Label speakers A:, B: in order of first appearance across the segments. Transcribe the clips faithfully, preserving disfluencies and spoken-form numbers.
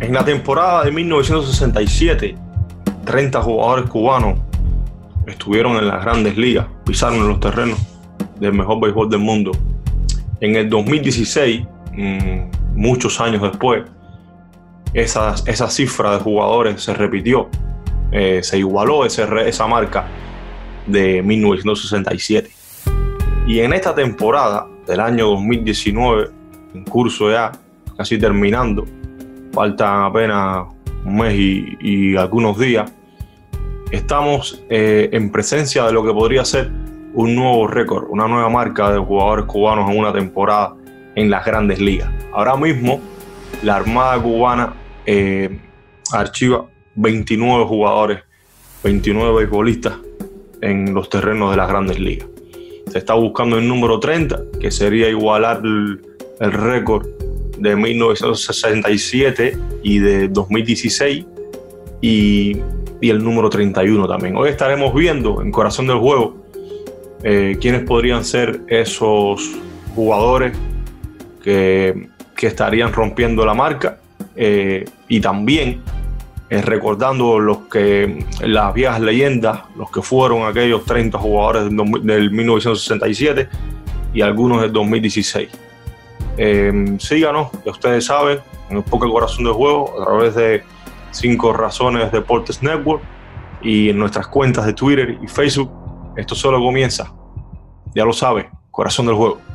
A: En la temporada de mil novecientos sesenta y siete, treinta jugadores cubanos estuvieron en las grandes ligas, pisaron en los terrenos del mejor béisbol del mundo. En el dos mil dieciséis, mmm, muchos años después, esa, esa cifra de jugadores se repitió, eh, se igualó ese, esa marca de mil novecientos sesenta y siete. Y en esta temporada del año dos mil diecinueve, en curso ya, casi terminando, faltan apenas un mes y, y algunos días, estamos eh, en presencia de lo que podría ser un nuevo récord, una nueva marca de jugadores cubanos en una temporada en las grandes ligas. Ahora mismo, la Armada cubana eh, archiva veintinueve jugadores, veintinueve beisbolistas en los terrenos de las grandes ligas. Se está buscando el número treinta, que sería igualar el, el récord de mil novecientos sesenta y siete y de dos mil dieciséis y, y el número treinta y uno también. Hoy estaremos viendo en Corazón del Juego eh, quiénes podrían ser esos jugadores que, que estarían rompiendo la marca eh, y también eh, recordando los que, las viejas leyendas, los que fueron aquellos treinta jugadores del, del mil novecientos sesenta y siete y algunos del dos mil dieciséis. Eh, síganos, ya ustedes saben, en el Poker Corazón del Juego a través de Cinco Razones Deportes Network y en nuestras cuentas de Twitter y Facebook. Esto solo comienza, ya lo sabe, Corazón del Juego.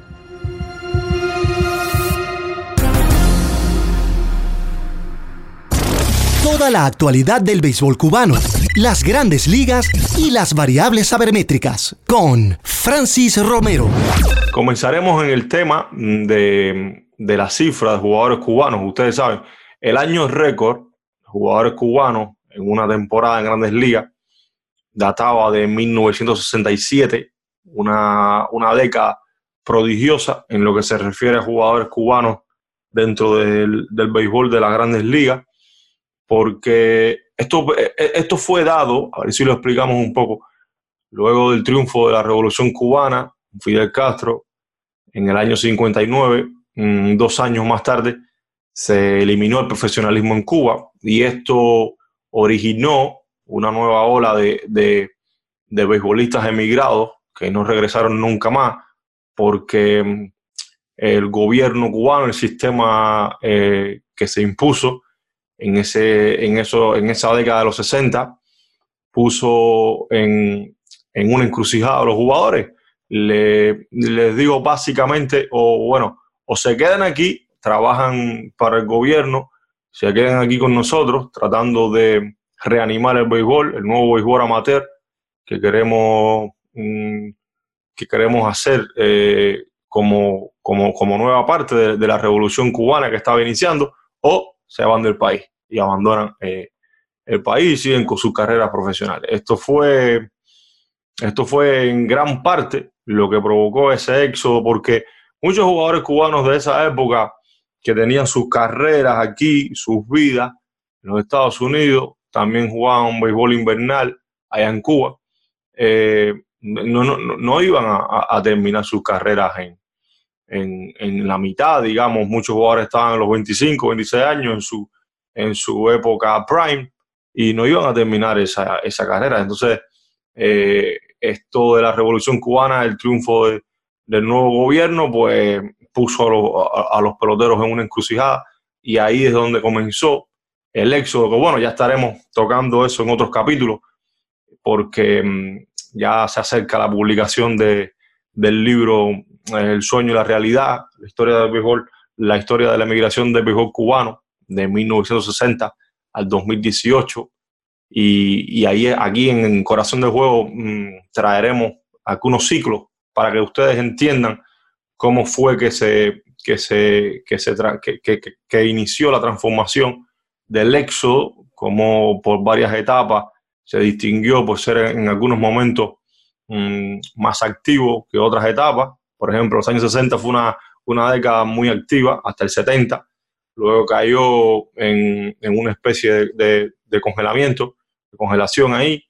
B: Toda la actualidad del béisbol cubano, las grandes ligas y las variables sabermétricas con Francis Romero.
A: Comenzaremos en el tema de, de la cifra de jugadores cubanos. Ustedes saben, el año récord de jugadores cubanos en una temporada en grandes ligas databa de mil novecientos sesenta y siete, una, una década prodigiosa en lo que se refiere a jugadores cubanos dentro del, del béisbol de las grandes ligas, porque esto, esto fue dado, a ver si lo explicamos un poco, luego del triunfo de la Revolución Cubana, Fidel Castro, en el año cincuenta y nueve, dos años más tarde, se eliminó el profesionalismo en Cuba y esto originó una nueva ola de, de, de beisbolistas emigrados que no regresaron nunca más porque el gobierno cubano, el sistema eh, que se impuso en, ese, en, eso, en esa década de los sesenta, puso en, en una encrucijada a los jugadores. Le, les digo básicamente, o bueno, o se quedan aquí, trabajan para el gobierno, se quedan aquí con nosotros tratando de reanimar el béisbol, el nuevo béisbol amateur que queremos, mmm, que queremos hacer eh, como, como, como nueva parte de, de la revolución cubana que estaba iniciando, o se van del país y abandonan eh, el país y siguen con sus carreras profesionales. Esto fue, esto fue en gran parte lo que provocó ese éxodo, porque muchos jugadores cubanos de esa época que tenían sus carreras aquí, sus vidas en los Estados Unidos, también jugaban béisbol invernal allá en Cuba, eh, no, no, no iban a, a terminar sus carreras en, en, en la mitad, digamos. Muchos jugadores estaban en los veinticinco, veintiséis años en su, en su época prime y no iban a terminar esa, esa carrera. Entonces, eh, esto de la Revolución Cubana, el triunfo de, del nuevo gobierno, pues puso a, lo, a, a los peloteros en una encrucijada y ahí es donde comenzó el éxodo, que bueno, ya estaremos tocando eso en otros capítulos porque mmm, ya se acerca la publicación de, del libro eh, El sueño y la realidad, la historia del béisbol, la historia de la emigración del béisbol cubano de mil novecientos sesenta al dos mil dieciocho. Y, y ahí, aquí en Corazón del Juego mmm, traeremos algunos ciclos para que ustedes entiendan cómo fue que se, que se, que se tra- que, que, que inició la transformación del éxodo, como por varias etapas se distinguió por ser en algunos momentos mmm, más activo que otras etapas. Por ejemplo, los años sesenta fue una, una década muy activa hasta el setenta, luego cayó en, en una especie de, de, de congelamiento, de congelación ahí,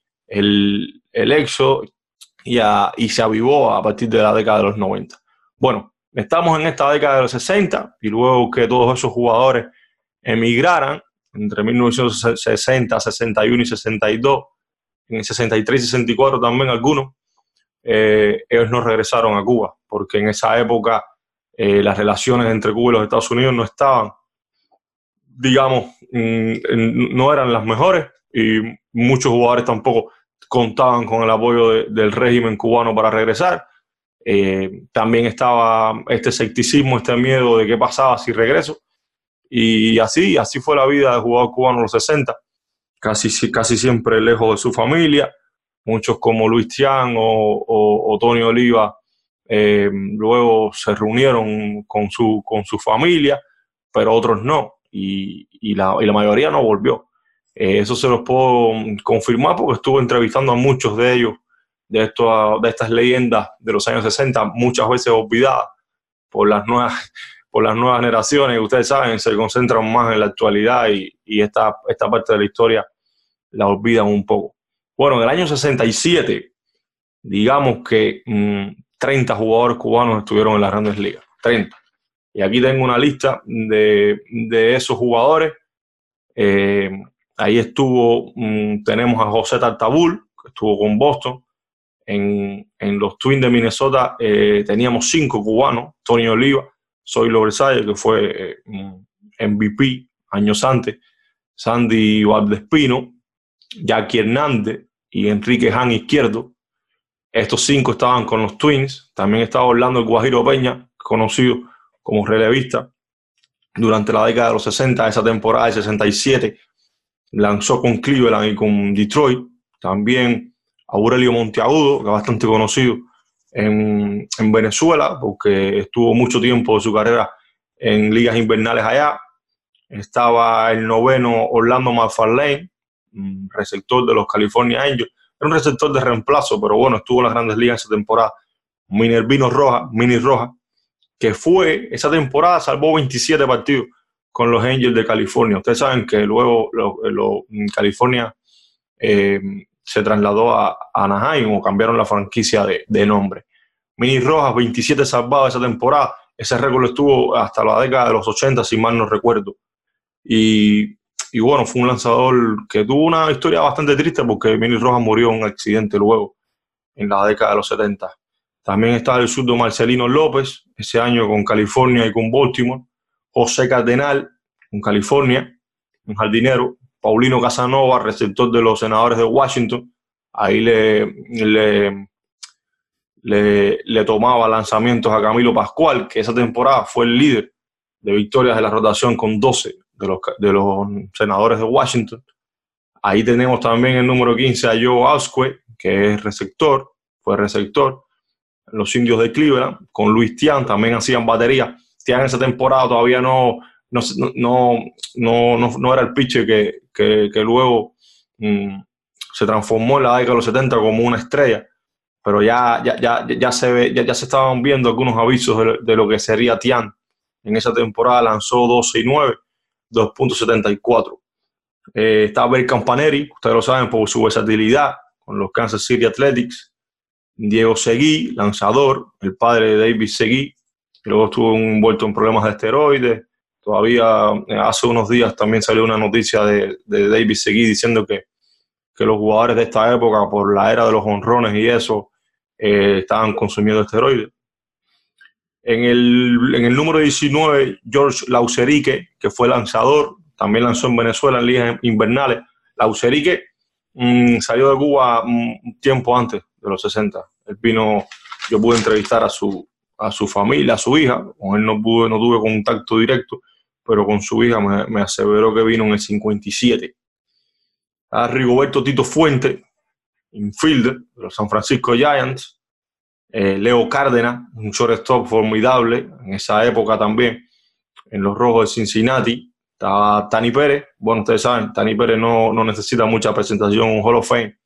A: el, el éxodo, y, a, y se avivó a partir de la década de los noventa. Bueno, estamos en esta década de los sesenta y luego que todos esos jugadores emigraran, entre mil novecientos sesenta, sesenta y uno y sesenta y dos, en el sesenta y tres y sesenta y cuatro también algunos, eh, ellos no regresaron a Cuba, porque en esa época eh, las relaciones entre Cuba y los Estados Unidos no estaban, digamos, mm, no eran las mejores, y muchos jugadores tampoco contaban con el apoyo de, del régimen cubano para regresar. Eh, también estaba este escepticismo, este miedo de qué pasaba si regreso. Y así, así fue la vida del jugador cubano en los sesenta, casi, casi siempre lejos de su familia. Muchos como Luis Tian o, o, o Tony Oliva eh, luego se reunieron con su, con su familia, pero otros no, y, y, la, y la mayoría no volvió. Eh, eso se los puedo confirmar porque estuve entrevistando a muchos de ellos, de, esto, de estas leyendas de los años sesenta, muchas veces olvidadas por las nuevas, por las nuevas generaciones. Ustedes saben, se concentran más en la actualidad y, y esta, esta parte de la historia la olvidan un poco. Bueno, en el año sesenta y siete, digamos que mmm, treinta jugadores cubanos estuvieron en las Grandes Ligas. treinta. Y aquí tengo una lista de, de esos jugadores. Eh, ahí estuvo, mmm, tenemos a José Tartabul, que estuvo con Boston. En, en los Twins de Minnesota eh, teníamos cinco cubanos: Tony Oliva, Zoilo Versalles, que fue eh, M V P años antes, Sandy Valdespino, Jackie Hernández y Enrique Jan Izquierdo. Estos cinco estaban con los Twins. También estaba Orlando el Guajiro Peña, conocido como relevista durante la década de los sesenta. Esa temporada de sesenta y siete lanzó con Cleveland y con Detroit. También Aurelio Monteagudo, que es bastante conocido en, en Venezuela, porque estuvo mucho tiempo de su carrera en ligas invernales allá. Estaba el noveno Orlando McFarlane, receptor de los California Angels. Era un receptor de reemplazo, pero bueno, estuvo en las Grandes Ligas esa temporada. Minervino Rojas, Mini Rojas, que fue, esa temporada salvó veintisiete partidos con los Angels de California. Ustedes saben que luego lo, lo, California eh, se trasladó a, a Anaheim, o cambiaron la franquicia de, de nombre. Mini Rojas, veintisiete salvados esa temporada. Ese récord estuvo hasta la década de los ochenta, si mal no recuerdo. Y, y bueno, fue un lanzador que tuvo una historia bastante triste, porque Mini Rojas murió en un accidente luego, en la década de los setenta. También está el zurdo Marcelino López, ese año con California y con Baltimore. José Cardenal, con California, un jardinero. Paulino Casanova, receptor de los Senadores de Washington. Ahí le, le, le, le tomaba lanzamientos a Camilo Pascual, que esa temporada fue el líder de victorias de la rotación con doce de los, de los Senadores de Washington. Ahí tenemos también el número quince a Joe Ausque, que es receptor, fue receptor. Los Indios de Cleveland, con Luis Tian, también hacían batería. Tian en esa temporada todavía no, no, no, no, no, no era el pitcher que, que, que luego mmm, se transformó en la década de los setenta como una estrella, pero ya, ya, ya, ya, se, ve, ya, ya se estaban viendo algunos avisos de, de lo que sería Tian. En esa temporada lanzó doce y nueve, dos punto setenta y cuatro. Eh, está Bert Campaneri, ustedes lo saben por su versatilidad con los Kansas City Athletics. Diego Seguí, lanzador, el padre de David Seguí, que luego estuvo envuelto en problemas de esteroides. Todavía hace unos días también salió una noticia de, de David Seguí diciendo que, que los jugadores de esta época, por la era de los jonrones y eso, eh, estaban consumiendo esteroides. En el, en el número diecinueve, George Lauserique, que fue lanzador, también lanzó en Venezuela en ligas invernales. Lauserique mmm, salió de Cuba un tiempo antes de los sesenta. Él vino, yo pude entrevistar a su, a su familia, a su hija. Con él no, pude, no tuve contacto directo, pero con su hija me, me aseveró que vino en el cincuenta y siete. A Rigoberto Tito Fuente, infielder de los San Francisco Giants. Eh, Leo Cárdenas, un shortstop formidable en esa época también, en los Rojos de Cincinnati. Estaba Tani Pérez. Bueno, ustedes saben, Tani Pérez no, no necesita mucha presentación en Hall of Fame.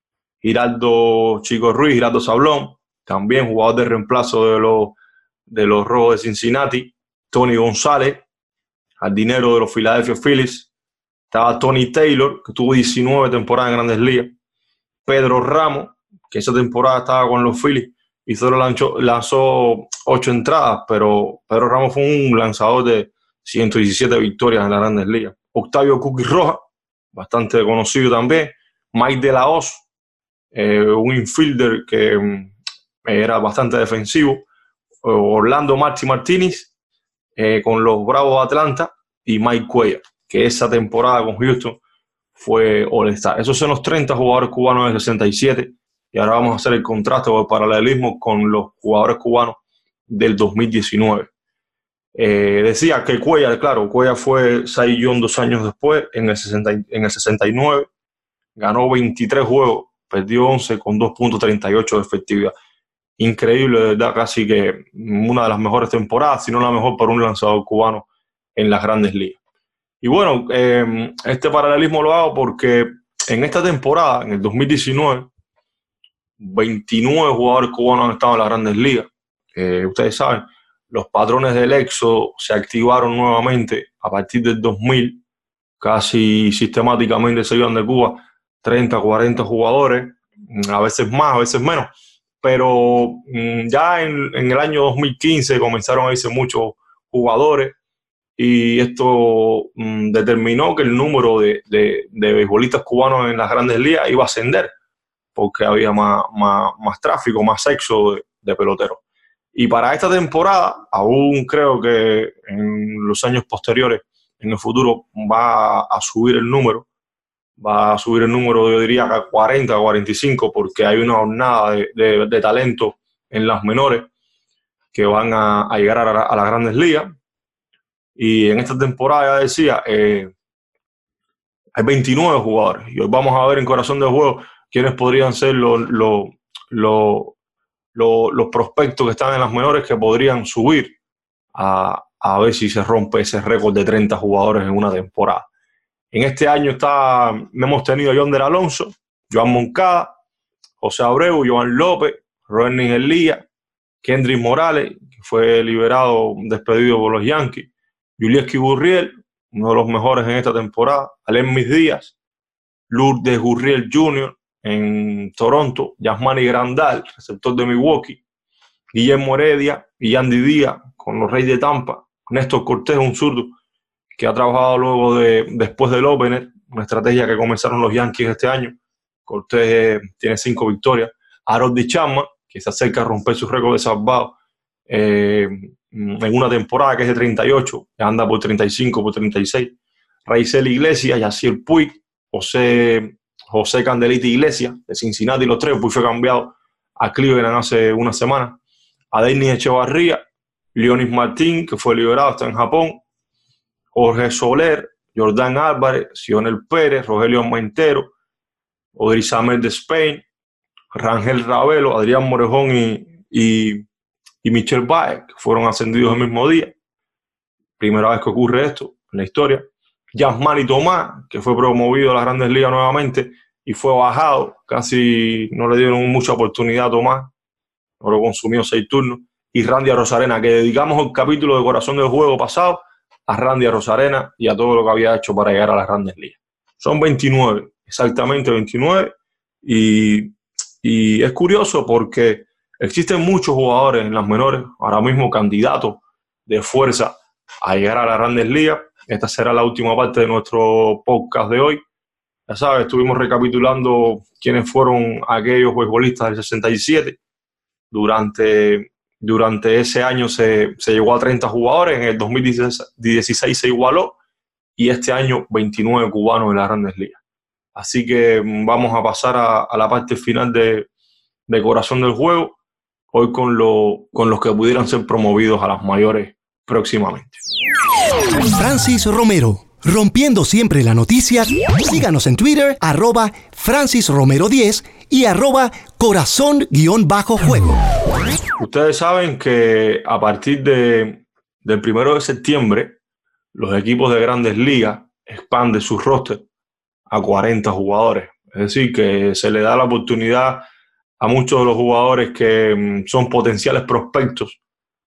A: Giraldo Chico Ruiz, Giraldo Sablón, también jugador de reemplazo de los, de los Rojos de Cincinnati. Tony González, jardinero de los Philadelphia Phillies. Estaba Tony Taylor, que tuvo diecinueve temporadas en Grandes Ligas. Pedro Ramos, que esa temporada estaba con los Phillies y solo lanzó, lanzó ocho entradas, pero Pedro Ramos fue un lanzador de ciento diecisiete victorias en las Grandes Ligas. Octavio Cookie Rojas, bastante conocido también, Mike de la Hoz, eh, un infielder que eh, era bastante defensivo, Orlando Marty Martínez eh, con los Bravos de Atlanta y Mike Cuellar, que esa temporada con Houston fue All-Star. Esos son los treinta jugadores cubanos del sesenta y siete y ahora vamos a hacer el contraste o el paralelismo con los jugadores cubanos del dos mil diecinueve. Eh, decía que Cuellar, claro, Cuellar fue Cy Young dos años después, en el, sesenta, en el sesenta y nueve, ganó veintitrés juegos, perdió once con dos punto treinta y ocho de efectividad. Increíble, de verdad, casi que una de las mejores temporadas, si no la mejor para un lanzador cubano en las grandes ligas. Y bueno, eh, este paralelismo lo hago porque en esta temporada, en el dos mil diecinueve, veintinueve jugadores cubanos han estado en las grandes ligas. Eh, ustedes saben, los patrones del éxodo se activaron nuevamente a partir del dos mil, casi sistemáticamente se iban de Cuba treinta, cuarenta jugadores, a veces más, a veces menos, pero mmm, ya en, en el año dos mil quince comenzaron a irse muchos jugadores y esto mmm, determinó que el número de, de, de beisbolistas cubanos en las grandes ligas iba a ascender porque había más, más, más tráfico, más éxodo de, de peloteros. Y para esta temporada, aún creo que en los años posteriores, en el futuro, va a subir el número. Va a subir el número, yo diría, a cuarenta, cuarenta y cinco, porque hay una jornada de, de, de talento en las menores que van a, a llegar a, la, a las grandes ligas. Y en esta temporada, ya decía, eh, hay veintinueve jugadores. Y hoy vamos a ver en Corazón del Juego quiénes podrían ser los... los, los Los, los prospectos que están en las menores que podrían subir a, a ver si se rompe ese récord de treinta jugadores en una temporada. En este año está, hemos tenido a Yonder Alonso, Joan Moncada, José Abreu, Joan López, Roerning Elías, Kendrick Morales, que fue liberado, despedido por los Yankees, Yulieski Gurriel, uno de los mejores en esta temporada, Alenmis Díaz, Lourdes Gurriel junior en Toronto, Yasmani Grandal, receptor de Milwaukee, Guillermo Heredia y Yandy Díaz con los Reyes de Tampa, Néstor Cortés, un zurdo que ha trabajado luego de, después del opener, una estrategia que comenzaron los Yankees este año. Cortés eh, tiene cinco victorias. Harold Chapman, que se acerca a romper su récord de salvado eh, en una temporada que es de treinta y ocho, que anda por treinta y cinco, por treinta y seis. Raisel Iglesias, Yaciel Puig, José... José Candelita Iglesias, de Cincinnati, los tres, pues fue cambiado a Cleveland hace una semana. A Denis Echevarría, Leonis Martín, que fue liberado, está en Japón. Jorge Soler, Jordán Álvarez, Sionel Pérez, Rogelio Montero, Odrizamer de Spain, Rangel Ravelo, Adrián Morejón y, y, y Michel Baez, que fueron ascendidos el mismo día. Primera vez que ocurre esto en la historia. Yasmani Tomás, que fue promovido a las grandes ligas nuevamente y fue bajado, casi no le dieron mucha oportunidad a Tomás, no lo consumió seis turnos, y Randy Arozarena, que dedicamos el capítulo de Corazón del Juego pasado a Randy Arozarena y a todo lo que había hecho para llegar a las grandes ligas. Son veintinueve, exactamente veintinueve, y, y es curioso porque existen muchos jugadores en las menores, ahora mismo candidatos de fuerza a llegar a las grandes ligas. Esta será la última parte de nuestro podcast de hoy. Ya sabes, estuvimos recapitulando quiénes fueron aquellos beisbolistas del sesenta y siete. Durante, durante ese año se, se llegó a treinta jugadores, en el dos mil dieciséis se igualó y este año veintinueve cubanos en las grandes ligas. Así que vamos a pasar a, a la parte final de, de Corazón del Juego, hoy con, lo, con los que pudieran ser promovidos a las mayores próximamente.
B: Francis Romero, rompiendo siempre la noticia. Síganos en Twitter, arroba Francis Romero diez y arroba corazón guión bajo juego.
A: Ustedes saben que a partir de, del primero de septiembre, los equipos de grandes ligas expanden su roster a cuarenta jugadores. Es decir, que se le da la oportunidad a muchos de los jugadores que um, son potenciales prospectos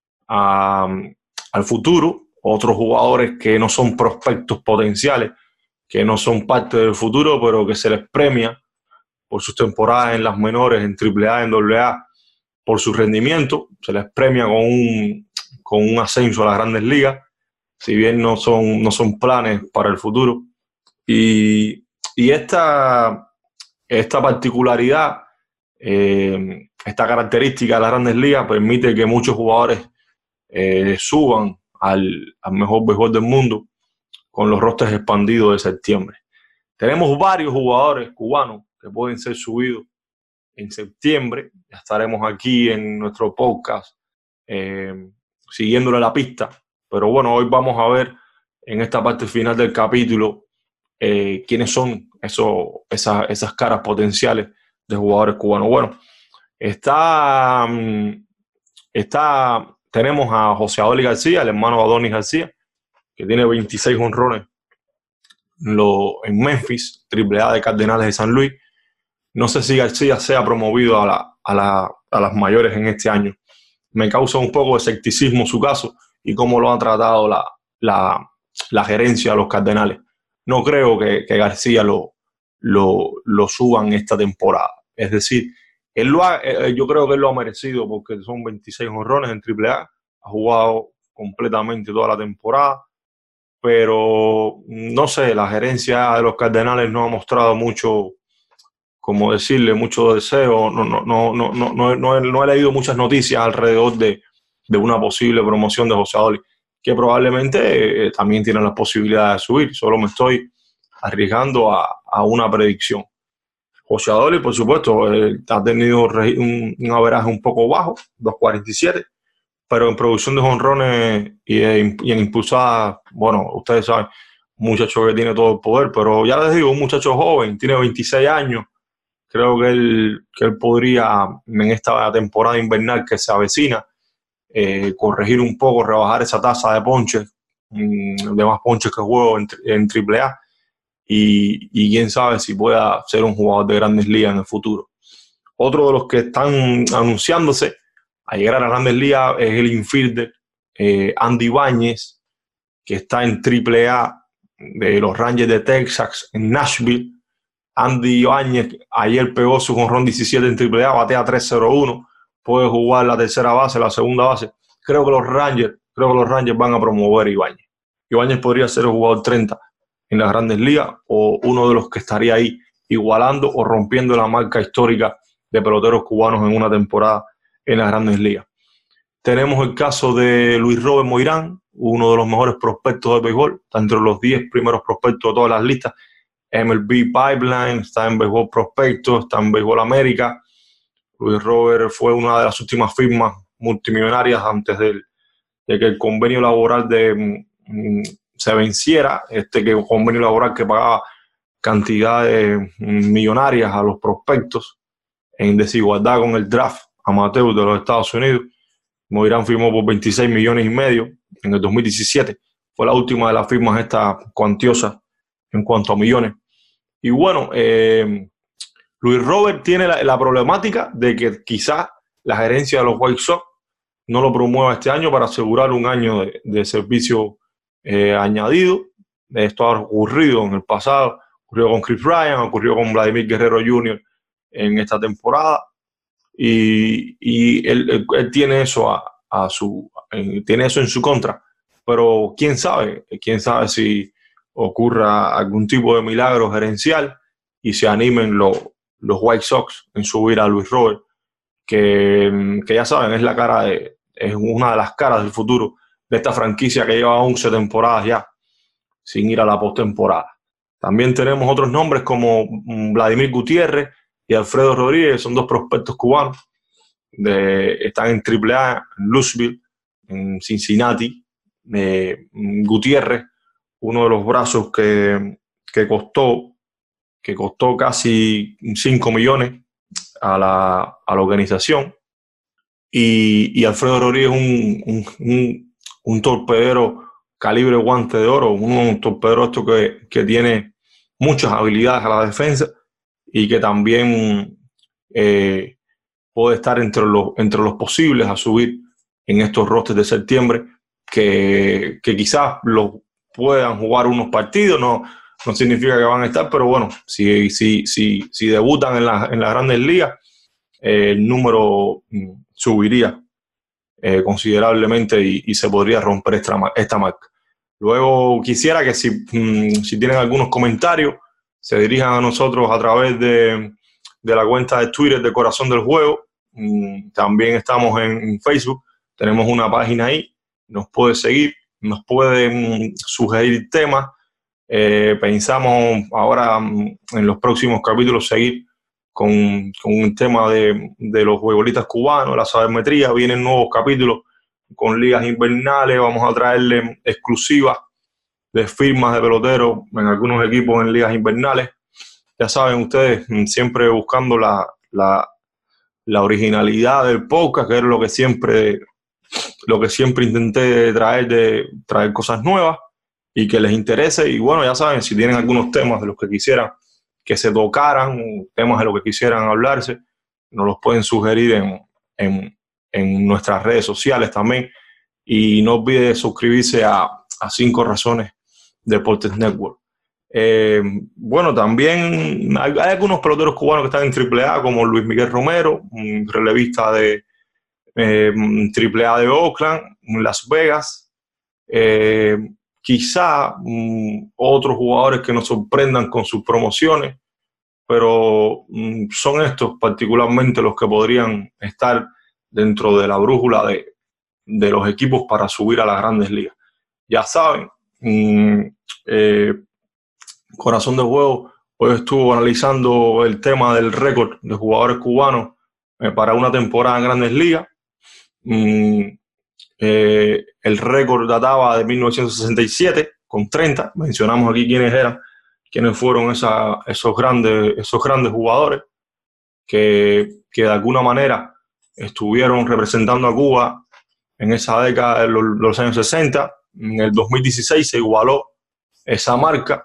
A: a, al futuro, otros jugadores que no son prospectos potenciales, que no son parte del futuro, pero que se les premia por sus temporadas en las menores, en triple A, en doble A, por su rendimiento, se les premia con un, con un ascenso a las grandes ligas. si bien no son, no son planes para el futuro. Y, y esta, esta particularidad, eh, esta característica de las Grandes Ligas permite que muchos jugadores eh, suban al, al mejor béisbol del mundo con los rosters expandidos de septiembre. Tenemos varios jugadores cubanos que pueden ser subidos en septiembre. Ya estaremos aquí en nuestro podcast eh, siguiéndole la pista. Pero bueno, hoy vamos a ver en esta parte final del capítulo eh, quiénes son esos, esas, esas caras potenciales de jugadores cubanos. Bueno, está, está, tenemos a José Adolis García, el hermano de Adonis García, que tiene veintiséis jonrones en Memphis, triple A de Cardenales de San Luis. No sé si García sea promovido a, la, a, la, a las mayores en este año. Me causa un poco de escepticismo su caso y cómo lo ha tratado la, la, la gerencia de los Cardenales. No creo que, que García lo, lo, lo suban esta temporada. Es decir, él lo ha, yo creo que él lo ha merecido porque son veintiséis jonrones en triple A. Ha jugado completamente toda la temporada. Pero no sé, la gerencia de los Cardenales no ha mostrado mucho, como decirle, mucho deseo. No, no, no, no, no, no, no, he, no he leído muchas noticias alrededor de, de una posible promoción de José Adolis, que probablemente eh, también tiene las posibilidades de subir. Solo me estoy arriesgando a, a una predicción. José Adolis, por supuesto, eh, ha tenido un, un averaje un poco bajo, dos cuarenta y siete, pero en producción de jonrones y, y en impulsadas, bueno, ustedes saben, un muchacho que tiene todo el poder, pero ya les digo, un muchacho joven, tiene veintiséis años, creo que él, que él podría en esta temporada invernal que se avecina, eh, corregir un poco, rebajar esa tasa de ponches, mmm, de más ponches que juego en, en triple A, y, y quién sabe si pueda ser un jugador de Grandes Ligas en el futuro. Otro de los que están anunciándose a llegar a las Grandes Ligas es el infielder eh, Andy Ibáñez, que está en triple A de los Rangers de Texas en Nashville. Andy Ibáñez ayer pegó su jonrón diecisiete en triple A, batea tres cero uno, puede jugar la tercera base, la segunda base. Creo que los Rangers, creo que los Rangers van a promover a Ibáñez. Ibáñez podría ser el jugador treinta en las Grandes Ligas o uno de los que estaría ahí igualando o rompiendo la marca histórica de peloteros cubanos en una temporada en las Grandes Ligas. Tenemos el caso de Luis Robert Moirán, uno de los mejores prospectos del béisbol, está entre los diez primeros prospectos de todas las listas. M L B Pipeline, está en Béisbol Prospecto, está en Béisbol América. Luis Robert fue una de las últimas firmas multimillonarias antes de, de que el convenio laboral de, mm, se venciera, este que un convenio laboral que pagaba cantidades millonarias a los prospectos en desigualdad con el draft amateur de los Estados Unidos. Moirán firmó por veintiséis millones y medio en el dos mil diecisiete. Fue la última de las firmas estas cuantiosas en cuanto a millones. Y bueno, eh, Luis Robert tiene la, la problemática de que quizás la gerencia de los White Sox no lo promueva este año para asegurar un año de, de servicio eh, añadido. Esto ha ocurrido en el pasado, ocurrió con Chris Ryan, ocurrió con Vladimir Guerrero junior en esta temporada. Y, y él, él, él tiene eso a, a su eh, tiene eso en su contra, pero quién sabe, quién sabe si ocurra algún tipo de milagro gerencial y se animen los, los White Sox en subir a Luis Robert, que, que ya saben, es la cara de, es una de las caras del futuro de esta franquicia que lleva once temporadas ya sin ir a la postemporada. También tenemos otros nombres como Vladimir Gutiérrez y Alfredo Rodríguez, son dos prospectos cubanos, de, están en triple A, en Louisville, en Cincinnati. Eh, Gutiérrez, uno de los brazos que, que costó que costó casi cinco millones a la, a la organización, y, y Alfredo Rodríguez un, un, un, un torpedero calibre guante de oro, un, un torpedero esto que, que tiene muchas habilidades a la defensa y que también eh, puede estar entre los, entre los posibles a subir en estos rosters de septiembre, que, que quizás los puedan jugar unos partidos, no, no significa que van a estar, pero bueno, si, si, si, si debutan en, la, en las Grandes Ligas, eh, el número mm, subiría eh, considerablemente y, y se podría romper esta, esta marca. Luego quisiera que si, si tienen algunos comentarios se dirijan a nosotros a través de, de la cuenta de Twitter de Corazón del Juego. También estamos en Facebook, tenemos una página ahí, nos puede seguir, nos pueden sugerir temas. Eh, pensamos ahora en los próximos capítulos seguir con, con un tema de, de los beisbolistas cubanos, la sabermetría. Vienen nuevos capítulos con ligas invernales, vamos a traerle exclusivas de firmas de peloteros en algunos equipos en ligas invernales. Ya saben ustedes, siempre buscando la, la, la originalidad del podcast, que es lo que siempre, lo que siempre intenté traer, de traer cosas nuevas y que les interese. Y bueno, ya saben, si tienen algunos temas de los que quisieran que se tocaran, temas de los que quisieran hablarse, nos los pueden sugerir en, en, en nuestras redes sociales también. Y no olviden suscribirse a, a Cinco Razones Deportes Network. Eh, bueno, también hay, hay algunos peloteros cubanos que están en triple A, como Luis Miguel Romero, un relevista de eh, triple A de Oakland, Las Vegas. Eh, quizá um, otros jugadores que nos sorprendan con sus promociones, pero um, son estos particularmente los que podrían estar dentro de la brújula de, de los equipos para subir a las grandes ligas. Ya saben, um, eh, Corazón del Juego hoy estuvo analizando el tema del récord de jugadores cubanos eh, para una temporada en Grandes Ligas. Um, eh, el récord databa de mil novecientos sesenta y siete con treinta. Mencionamos aquí quiénes eran, quiénes fueron esa, esos, grandes, esos grandes jugadores que, que de alguna manera estuvieron representando a Cuba en esa década de los, los años sesenta. En el dos mil dieciséis se igualó esa marca.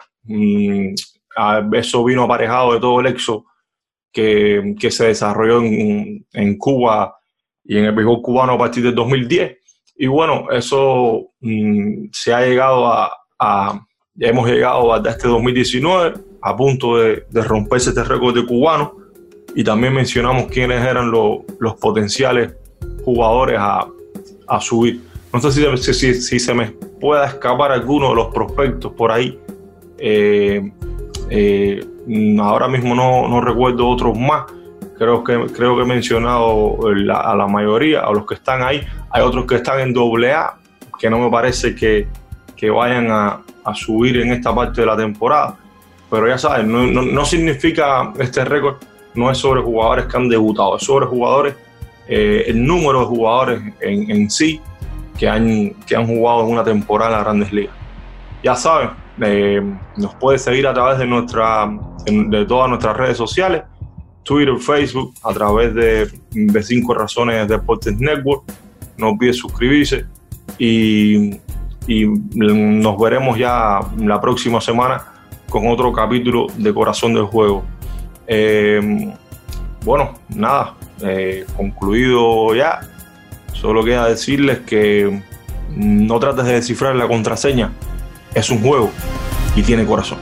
A: Eso vino aparejado de todo el éxodo que, que se desarrolló en, en Cuba y en el béisbol cubano a partir del dos mil diez. Y bueno, eso mm, se ha llegado a, a, ya hemos llegado hasta este dos mil diecinueve, a punto de, de romperse este récord de cubanos. Y también mencionamos quiénes eran lo, los potenciales jugadores a, a subir. No sé si, si, si se me pueda escapar alguno de los prospectos por ahí. Eh, eh, ahora mismo no, no recuerdo otros más. Creo que, creo que he mencionado la, a la mayoría, a los que están ahí. Hay otros que están en doble A, que no me parece que, que vayan a, a subir en esta parte de la temporada. Pero ya saben, no, no, no significa este récord, no es sobre jugadores que han debutado, es sobre jugadores, eh, el número de jugadores en, en sí que han, que han jugado en una temporada en las Grandes Ligas. Ya saben, eh, nos puede seguir a través de, nuestra, de todas nuestras redes sociales, Twitter, Facebook, a través de, de Cinco Razones Deportes Network. No olviden suscribirse y, y nos veremos ya la próxima semana con otro capítulo de Corazón del Juego. Eh, bueno, nada, eh, concluido ya. Solo queda decirles que no trates de descifrar la contraseña. Es un juego y tiene corazón.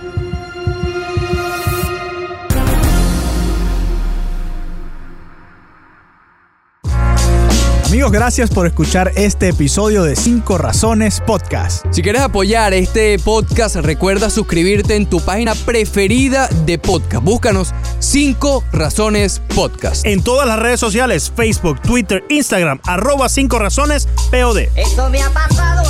C: Amigos, gracias por escuchar este episodio de Cinco Razones Podcast.
D: Si quieres apoyar este podcast, recuerda suscribirte en tu página preferida de podcast. Búscanos Cinco Razones Podcast.
C: En todas las redes sociales, Facebook, Twitter, Instagram, arroba Cinco Razones P O D.
E: Eso me ha pasado.